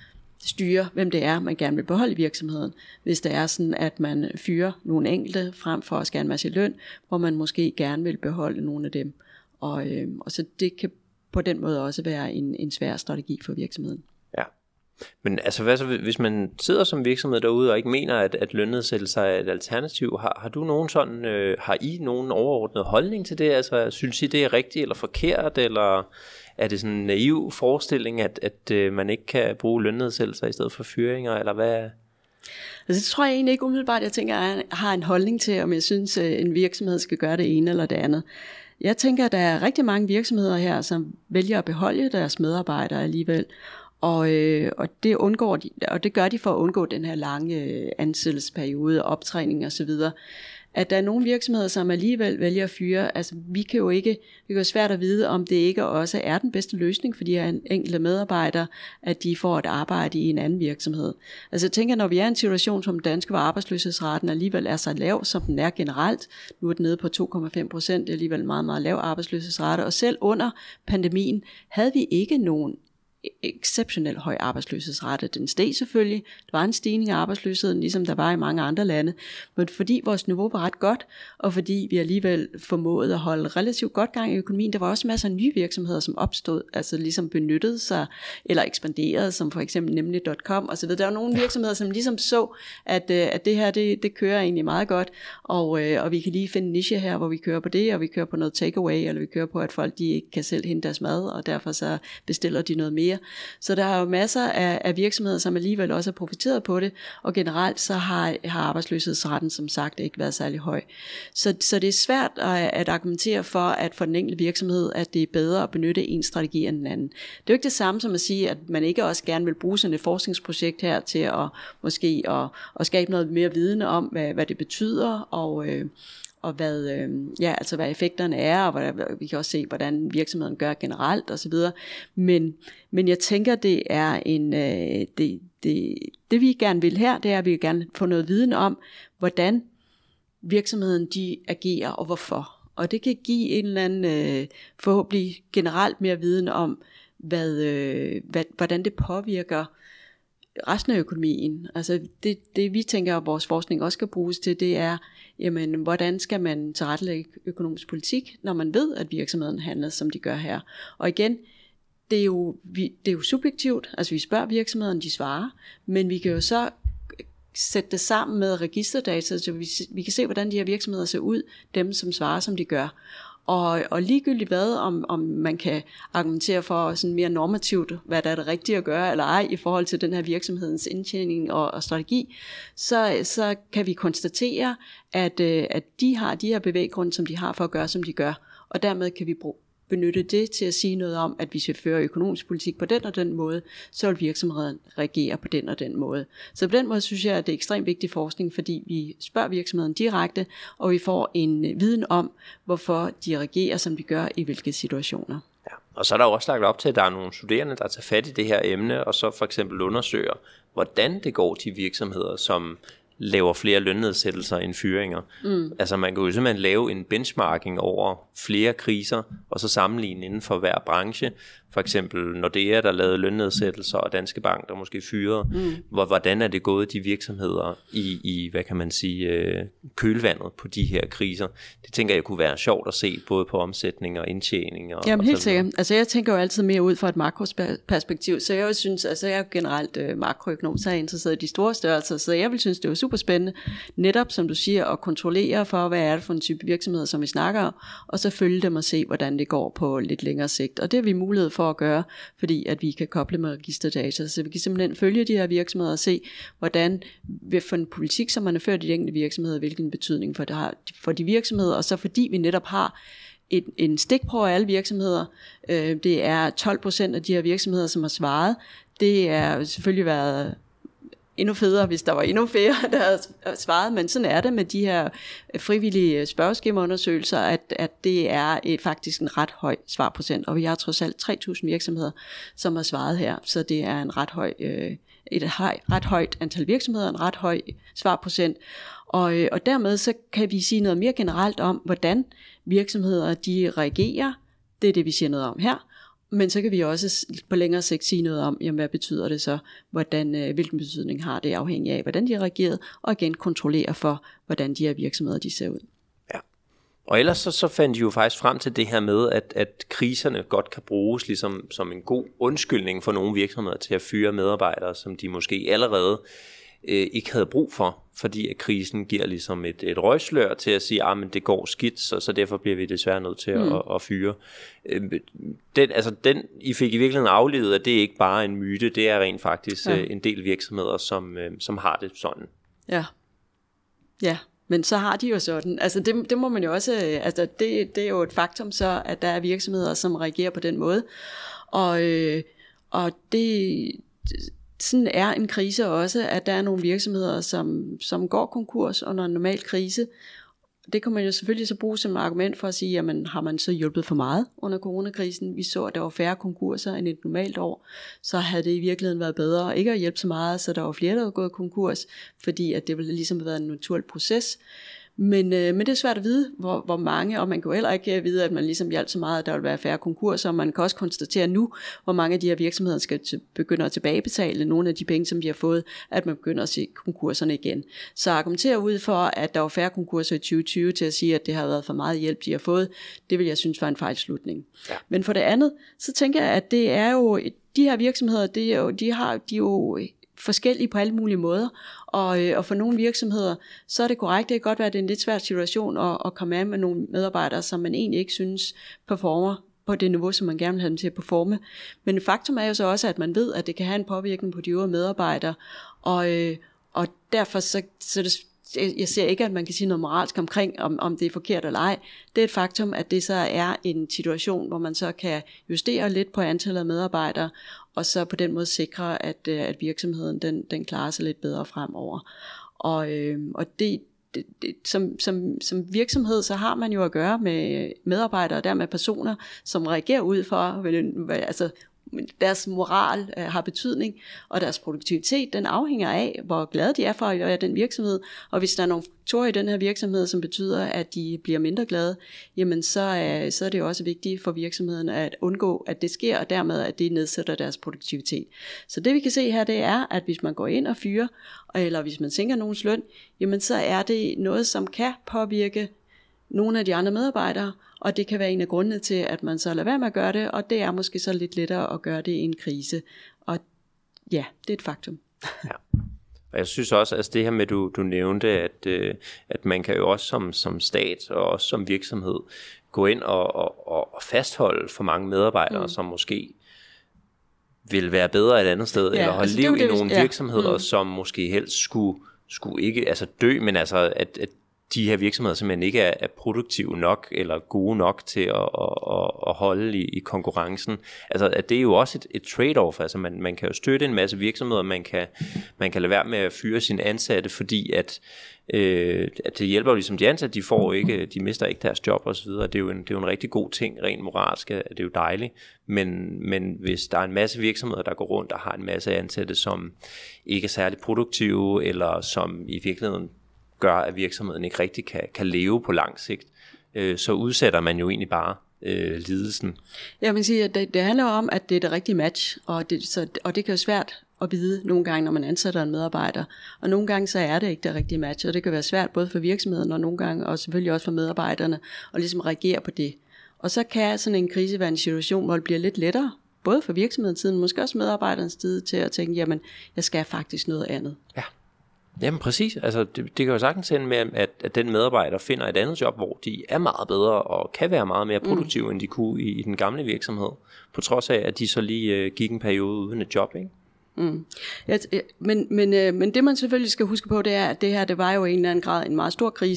styre, hvem det er, man gerne vil beholde i virksomheden, hvis det er sådan, at man fyrer nogle enkelte, frem for at skære en masse løn, hvor man måske gerne vil beholde nogle af dem. Og så det kan på den måde også være en svær strategi for virksomheden. Ja. Men altså hvad så, hvis man sidder som virksomhed derude og ikke mener, at lønnedsættelser er et alternativ, har du nogen sådan, har I nogen overordnet holdning til det? Altså synes I det er rigtigt eller forkert, eller er det sådan en naiv forestilling, at man ikke kan bruge lønnedsættelser i stedet for fyringer, eller hvad? Altså det tror jeg egentlig ikke umiddelbart, jeg tænker, at jeg har en holdning til, om jeg synes, en virksomhed skal gøre det ene eller det andet. Jeg tænker, at der er rigtig mange virksomheder her, som vælger at beholde deres medarbejdere alligevel. Og det undgår de, og det gør de for at undgå den her lange ansættelsesperiode, optræning og så videre. At der er nogle virksomheder, som alligevel vælger at fyre, altså det kan jo svært at vide, om det ikke også er den bedste løsning for de her enkelte medarbejdere, at de får et arbejde i en anden virksomhed. Altså jeg tænker, når vi er i en situation som danske, hvor arbejdsløshedsraten alligevel er så lav, som den er generelt, nu er den nede på 2,5%, det er alligevel meget, meget lav arbejdsløshedsrate, og selv under pandemien havde vi ikke nogen exceptionelt høj arbejdsløshedsrate. Den steg selvfølgelig. Der var en stigning af arbejdsløsheden, ligesom der var i mange andre lande. Men fordi vores niveau var ret godt, og fordi vi alligevel formåede at holde relativt godt gang i økonomien, der var også masser af nye virksomheder, som opstod, altså ligesom benyttede sig, eller ekspanderede, som for eksempel nemlig.com og så videre. Der var nogle virksomheder, som ligesom så, at det her, det kører egentlig meget godt, og vi kan lige finde en niche her, hvor vi kører på det, og vi kører på noget takeaway, eller vi kører på, at folk de ikke kan selv hente deres mad, og derfor så bestiller de noget mere. Så der er jo masser af virksomheder, som alligevel også har profiteret på det, og generelt så har arbejdsløshedsraten som sagt ikke været særlig høj. Så det er svært at argumentere for, at for den enkelte virksomhed, at det er bedre at benytte en strategi end den anden. Det er jo ikke det samme som at sige, at man ikke også gerne vil bruge sådan et forskningsprojekt her til at måske at skabe noget mere viden om, hvad det betyder, og hvad effekterne er, og vi kan også se, hvordan virksomheden gør generelt osv. Men jeg tænker, det er det vi gerne vil her, det er, at vi gerne få noget viden om, hvordan virksomheden de agerer og hvorfor. Og det kan give en eller anden forhåbentlig generelt mere viden om, hvordan det påvirker resten af økonomien. Altså det vi tænker, at vores forskning også skal bruges til, det er, jamen, hvordan skal man tilrettelægge økonomisk politik, når man ved, at virksomheden handler, som de gør her. Og igen, det er jo subjektivt, altså vi spørger virksomheden, de svarer, men vi kan jo så sætte det sammen med registerdata, så vi kan se, hvordan de her virksomheder ser ud, dem som svarer, som de gør. Og ligegyldigt hvad, om man kan argumentere for sådan mere normativt, hvad der er det rigtige at gøre eller ej, i forhold til den her virksomhedens indtjening og strategi, så kan vi konstatere, at de har de her bevæggrunde, som de har for at gøre, som de gør. Og dermed kan vi benytte det til at sige noget om, at hvis vi fører økonomisk politik på den og den måde, så vil virksomheden reagere på den og den måde. Så på den måde synes jeg, at det er ekstremt vigtig forskning, fordi vi spørger virksomheden direkte, og vi får en viden om, hvorfor de reagerer, som de gør i hvilke situationer. Ja. Og så er der jo også lagt op til, at der er nogle studerende, der tager fat i det her emne, og så for eksempel undersøger, hvordan det går til virksomheder, som laver flere lønnedsættelser end fyringer. Altså man kan jo simpelthen lave en benchmarking over flere kriser, og så sammenligne inden for hver branche. For eksempel Nordea, der lavede lønnedsættelser, og Danske Bank, der måske fyrede. Hvordan er det gået de virksomheder i hvad kan man sige, kølvandet på de her kriser? Det tænker jeg kunne være sjovt at se, både på omsætning og indtjening. Jamen helt sikkert. Altså jeg tænker jo altid mere ud fra et makroperspektiv, så jeg synes, altså jeg er generelt makroøkonom, så er jeg interesseret i de store størrelser, så jeg vil synes, det var super spændende, netop som du siger, at kontrollere for, hvad er det for en type virksomheder, som vi snakker om, og så følge dem og se, hvordan det går på lidt længere sigt. Og det har vi mulighed for at gøre, fordi at vi kan koble med registerdata, så vi kan simpelthen følge de her virksomheder og se, hvordan vi for en politik, som man har ført i de enkelte virksomheder, hvilken betydning for det har for de virksomheder, og så fordi vi netop har en stikprøve af alle virksomheder. Det er 12% af de her virksomheder, som har svaret. Det er selvfølgelig været endnu federe, hvis der var endnu flere, der havde svaret, men sådan er det med de her frivillige spørgeskemaundersøgelser, at det er faktisk en ret høj svarprocent, og vi har trods alt 3.000 virksomheder, som har svaret her, så det er en ret højt antal virksomheder, en ret høj svarprocent, og dermed så kan vi sige noget mere generelt om, hvordan virksomheder de reagerer. Det er det, vi siger noget om her. Men så kan vi også på længere sigt sige noget om, jamen, hvad betyder det så, hvilken betydning har det afhængig af, hvordan de har reageret, og igen kontrollere for, hvordan de her virksomheder de ser ud. Ja. Og ellers så fandt de jo faktisk frem til det her med, at kriserne godt kan bruges ligesom som en god undskyldning for nogle virksomheder til at fyre medarbejdere, som de måske allerede ikke havde brug for, fordi at krisen giver ligesom et røgslør til at sige, men det går skidt, så derfor bliver vi desværre nødt til at fyre. Den I fik i virkeligheden aflevet, at det ikke bare er en myte, det er rent faktisk en del virksomheder, som har det sådan. Ja, men så har de jo sådan, altså det må man jo også, altså det er jo et faktum så, at der er virksomheder, som reagerer på den måde, og det sådan er en krise også, at der er nogle virksomheder, som går konkurs under en normal krise. Det kan man jo selvfølgelig så bruge som argument for at sige, jamen har man så hjulpet for meget under coronakrisen? Vi så, at der var færre konkurser end et normalt år, så havde det i virkeligheden været bedre ikke at hjælpe så meget, så der var flere, der var gået konkurs, fordi at det ville ligesom have været en naturlig proces. Men det er svært at vide, hvor mange, og man kan jo heller ikke vide, at man ligesom hjalp så meget, at der vil være færre konkurser, og man kan også konstatere nu, hvor mange af de her virksomheder skal begynde at tilbagebetale nogle af de penge, som de har fået, at man begynder at se konkurserne igen. Så argumentere ud for, at der var færre konkurser i 2020 til at sige, at det har været for meget hjælp, de har fået, det vil jeg synes var en fejlslutning. Ja. Men for det andet, så tænker jeg, at det er jo, de her virksomheder, de er jo forskellige på alle mulige måder, og for nogle virksomheder, så er det korrekt, det kan godt være, at det er en lidt svær situation at komme af med nogle medarbejdere, som man egentlig ikke synes performer på det niveau, som man gerne vil have dem til at performe. Men faktum er jo så også, at man ved, at det kan have en påvirkning på de øvrige medarbejdere, og derfor så det, jeg ser ikke, at man kan sige noget moralsk omkring, om det er forkert eller ej. Det er et faktum, at det så er en situation, hvor man så kan justere lidt på antallet af medarbejdere, og så på den måde sikre, at virksomheden den klarer sig lidt bedre fremover. Og det som virksomhed, så har man jo at gøre med medarbejdere, og dermed personer, som reagerer ud for, altså deres moral har betydning, og deres produktivitet, den afhænger af, hvor glade de er for at være den virksomhed, og hvis der er nogle faktorer i den her virksomhed, som betyder, at de bliver mindre glade, jamen så er det jo også vigtigt for virksomheden at undgå, at det sker, og dermed, at det nedsætter deres produktivitet. Så det vi kan se her, det er, at hvis man går ind og fyrer, eller hvis man sænker nogens løn, jamen så er det noget, som kan påvirke nogle af de andre medarbejdere, og det kan være en af grundene til, at man så lader være med at gøre det, og det er måske så lidt lettere at gøre det i en krise. Og ja, det er et faktum. Ja. Og jeg synes også, altså det her med, du nævnte, at man kan jo også som stat og også som virksomhed gå ind og fastholde for mange medarbejdere, som måske vil være bedre et andet sted, eller holde liv i nogle virksomheder, som måske helst skulle ikke altså dø, men altså at de her virksomheder simpelthen ikke er produktive nok eller gode nok til at holde i konkurrencen. Altså at det er jo også et trade-off. Altså man kan jo støtte en masse virksomheder, man kan lade være med at fyre sine ansatte, fordi at det hjælper jo ligesom de ansatte, de mister ikke deres job og så videre. Det er jo en rigtig god ting, rent moralsk, det er jo dejligt. Men hvis der er en masse virksomheder, der går rundt og har en masse ansatte, som ikke er særlig produktive, eller som i virkeligheden gør, at virksomheden ikke rigtig kan leve på lang sigt, så udsætter man jo egentlig bare lidelsen. Jeg vil sige, at det handler om, at det er det rigtige match, og det kan jo svært at vide nogle gange, når man ansætter en medarbejder, og nogle gange så er det ikke det rigtige match, og det kan være svært både for virksomheden og nogle gange, og selvfølgelig også for medarbejderne, at ligesom reagere på det. Og så kan sådan en krise være en situation, hvor det bliver lidt lettere, både for virksomhedens side, men måske også medarbejderens side, til at tænke, jamen, jeg skal faktisk noget andet. Ja. Jamen præcis, altså det kan jo sagtens ende med, at den medarbejder finder et andet job, hvor de er meget bedre og kan være meget mere produktive, end de kunne i den gamle virksomhed, på trods af, at de så lige gik en periode uden et job, ikke? Men det man selvfølgelig skal huske på, det er, at det her, det var jo i en eller anden grad en meget stor krise,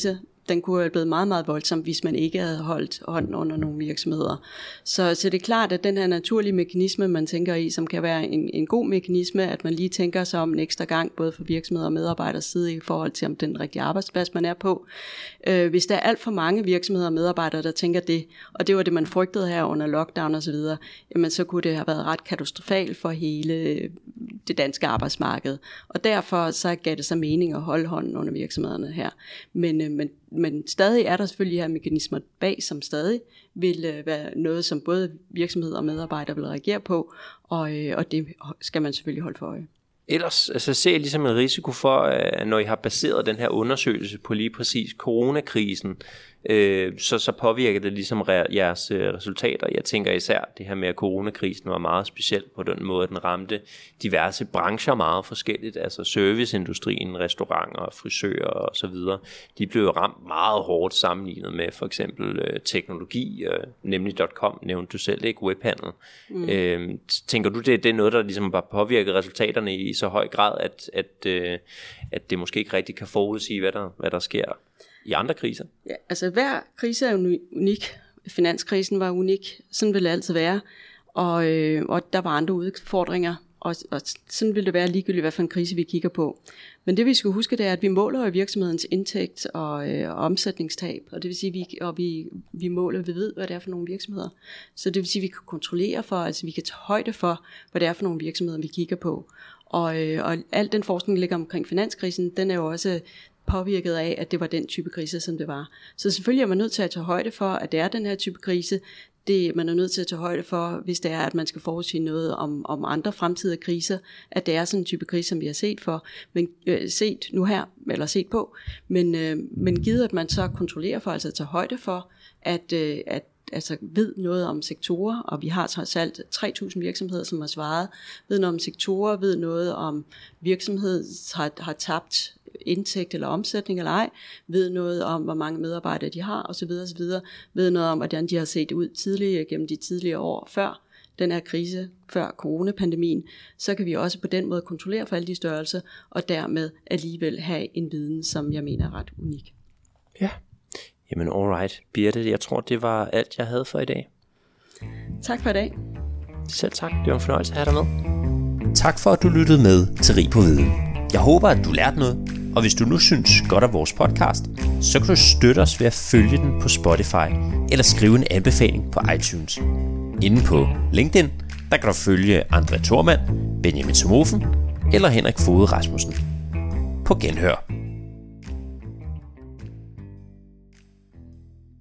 den kunne have blevet meget, meget voldsom, hvis man ikke havde holdt hånden under nogle virksomheder. Så det er klart, at den her naturlige mekanisme, man tænker i, som kan være en god mekanisme, at man lige tænker sig om en ekstra gang, både for virksomheder og medarbejders side, i forhold til om den rigtige arbejdsplads, man er på. Hvis der er alt for mange virksomheder og medarbejdere, der tænker det, og det var det, man frygtede her under lockdown og så videre, jamen så kunne det have været ret katastrofalt for hele det danske arbejdsmarked. Og derfor så gav det så mening at holde hånden under virksomhederne her. Men stadig er der selvfølgelig her mekanismer bag, som stadig vil være noget, som både virksomheder og medarbejdere vil reagere på, og det skal man selvfølgelig holde for øje. Ellers ser jeg ligesom en risiko for, at når I har baseret den her undersøgelse på lige præcis coronakrisen, så påvirker det ligesom jeres resultater. Jeg tænker især det her med, at coronakrisen var meget speciel på den måde, at den ramte diverse brancher meget forskelligt, altså serviceindustrien, restauranter, frisører og så videre. De blev ramt meget hårdt sammenlignet med for eksempel teknologi, nemlig .com nævnte du selv, ikke, webhandel. Tænker du, det er noget, der ligesom bare påvirker resultaterne i så høj grad, at det måske ikke rigtig kan forudsige, hvad der sker i andre kriser? Ja, altså hver krise er jo unik. Finanskrisen var unik. Sådan vil det altid være. Og der var andre udfordringer. Og sådan vil det være ligegyldigt, hvad for en krise vi kigger på. Men det vi skal huske, det er, at vi måler virksomhedens indtægt og omsætningstab. Og det vil sige, at vi måler, vi ved, hvad det er for nogle virksomheder. Så det vil sige, at vi kan kontrollere for, altså vi kan tage højde for, hvad det er for nogle virksomheder, vi kigger på. Og al den forskning, der ligger omkring finanskrisen, den er jo også påvirket af, at det var den type krise, som det var. Så selvfølgelig er man nødt til at tage højde for, at det er den her type krise. Man er nødt til at tage højde for, hvis det er, at man skal forudsige noget om andre fremtidige kriser, at det er sådan en type krise, som vi har set på. Men givet, at man så kontrollerer for, altså at tage højde for, at altså ved noget om sektorer, og vi har trods alt 3.000 virksomheder, som har svaret, ved noget om sektorer, ved noget om virksomhed har tabt indtægt eller omsætning eller ej, ved noget om, hvor mange medarbejdere de har, osv., ved noget om, hvordan de har set ud tidligere, gennem de tidligere år før den her krise, før coronapandemien, så kan vi også på den måde kontrollere for alle de størrelser, og dermed alligevel have en viden, som jeg mener er ret unik. Ja, jamen alright, Birthe, jeg tror, det var alt, jeg havde for i dag. Tak for i dag. Selv tak, det var en fornøjelse at have dig med. Tak for, at du lyttede med til Rig på Viden. Jeg håber, at du lærte noget, og hvis du nu synes godt af vores podcast, så kan du støtte os ved at følge den på Spotify, eller skrive en anbefaling på iTunes. Inde på LinkedIn, der kan du følge André Thormand, Benjamin Somofen eller Henrik Foged Rasmussen. På genhør.